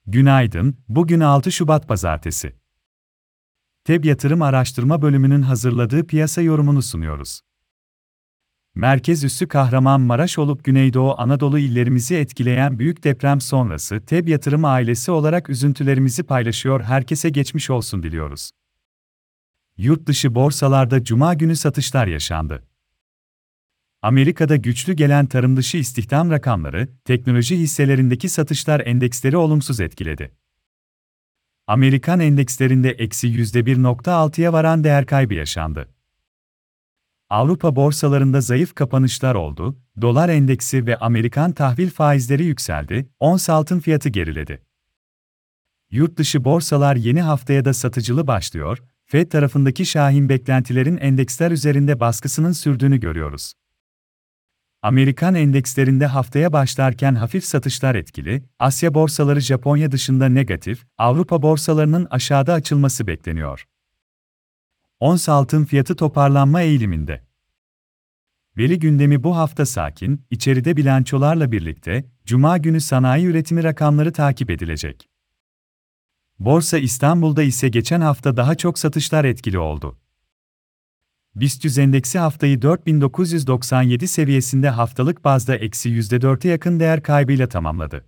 Günaydın, bugün 6 Şubat Pazartesi. TEB Yatırım Araştırma Bölümünün hazırladığı piyasa yorumunu sunuyoruz. Merkez üssü Kahramanmaraş olup Güneydoğu Anadolu illerimizi etkileyen büyük deprem sonrası TEB Yatırım ailesi olarak üzüntülerimizi paylaşıyor, herkese geçmiş olsun diliyoruz. Yurt dışı borsalarda Cuma günü satışlar yaşandı. Amerika'da güçlü gelen tarım dışı istihdam rakamları, teknoloji hisselerindeki satışlar endeksleri olumsuz etkiledi. Amerikan endekslerinde eksi %1,6'ya varan değer kaybı yaşandı. Avrupa borsalarında zayıf kapanışlar oldu, dolar endeksi ve Amerikan tahvil faizleri yükseldi, ons altın fiyatı geriledi. Yurt dışı borsalar yeni haftaya da satıcılı başlıyor, Fed tarafındaki şahin beklentilerin endeksler üzerinde baskısının sürdüğünü görüyoruz. Amerikan endekslerinde haftaya başlarken hafif satışlar etkili, Asya borsaları Japonya dışında negatif, Avrupa borsalarının aşağıda açılması bekleniyor. Ons altın fiyatı toparlanma eğiliminde. Veri gündemi bu hafta sakin, içeride bilançolarla birlikte, Cuma günü sanayi üretimi rakamları takip edilecek. Borsa İstanbul'da ise geçen hafta daha çok satışlar etkili oldu. BIST 100 endeksi haftayı 4997 seviyesinde haftalık bazda eksi %4'e yakın değer kaybıyla tamamladı.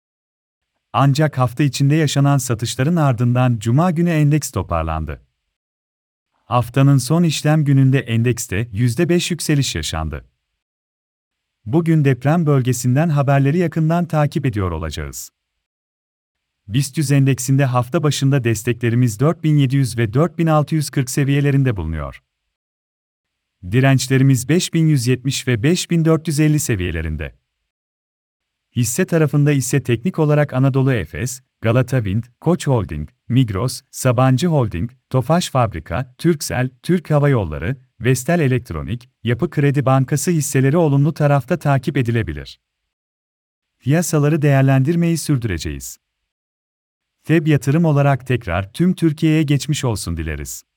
Ancak hafta içinde yaşanan satışların ardından Cuma günü endeks toparlandı. Haftanın son işlem gününde endekste %5 yükseliş yaşandı. Bugün deprem bölgesinden haberleri yakından takip ediyor olacağız. BIST 100 endeksinde hafta başında desteklerimiz 4700 ve 4640 seviyelerinde bulunuyor. Dirençlerimiz 5170 ve 5450 seviyelerinde. Hisse tarafında ise teknik olarak Anadolu Efes, Galata Wind, Koç Holding, Migros, Sabancı Holding, Tofaş Fabrika, Turkcell, Türk Hava Yolları, Vestel Elektronik, Yapı Kredi Bankası hisseleri olumlu tarafta takip edilebilir. Piyasaları değerlendirmeyi sürdüreceğiz. TEB Yatırım olarak tekrar tüm Türkiye'ye geçmiş olsun dileriz.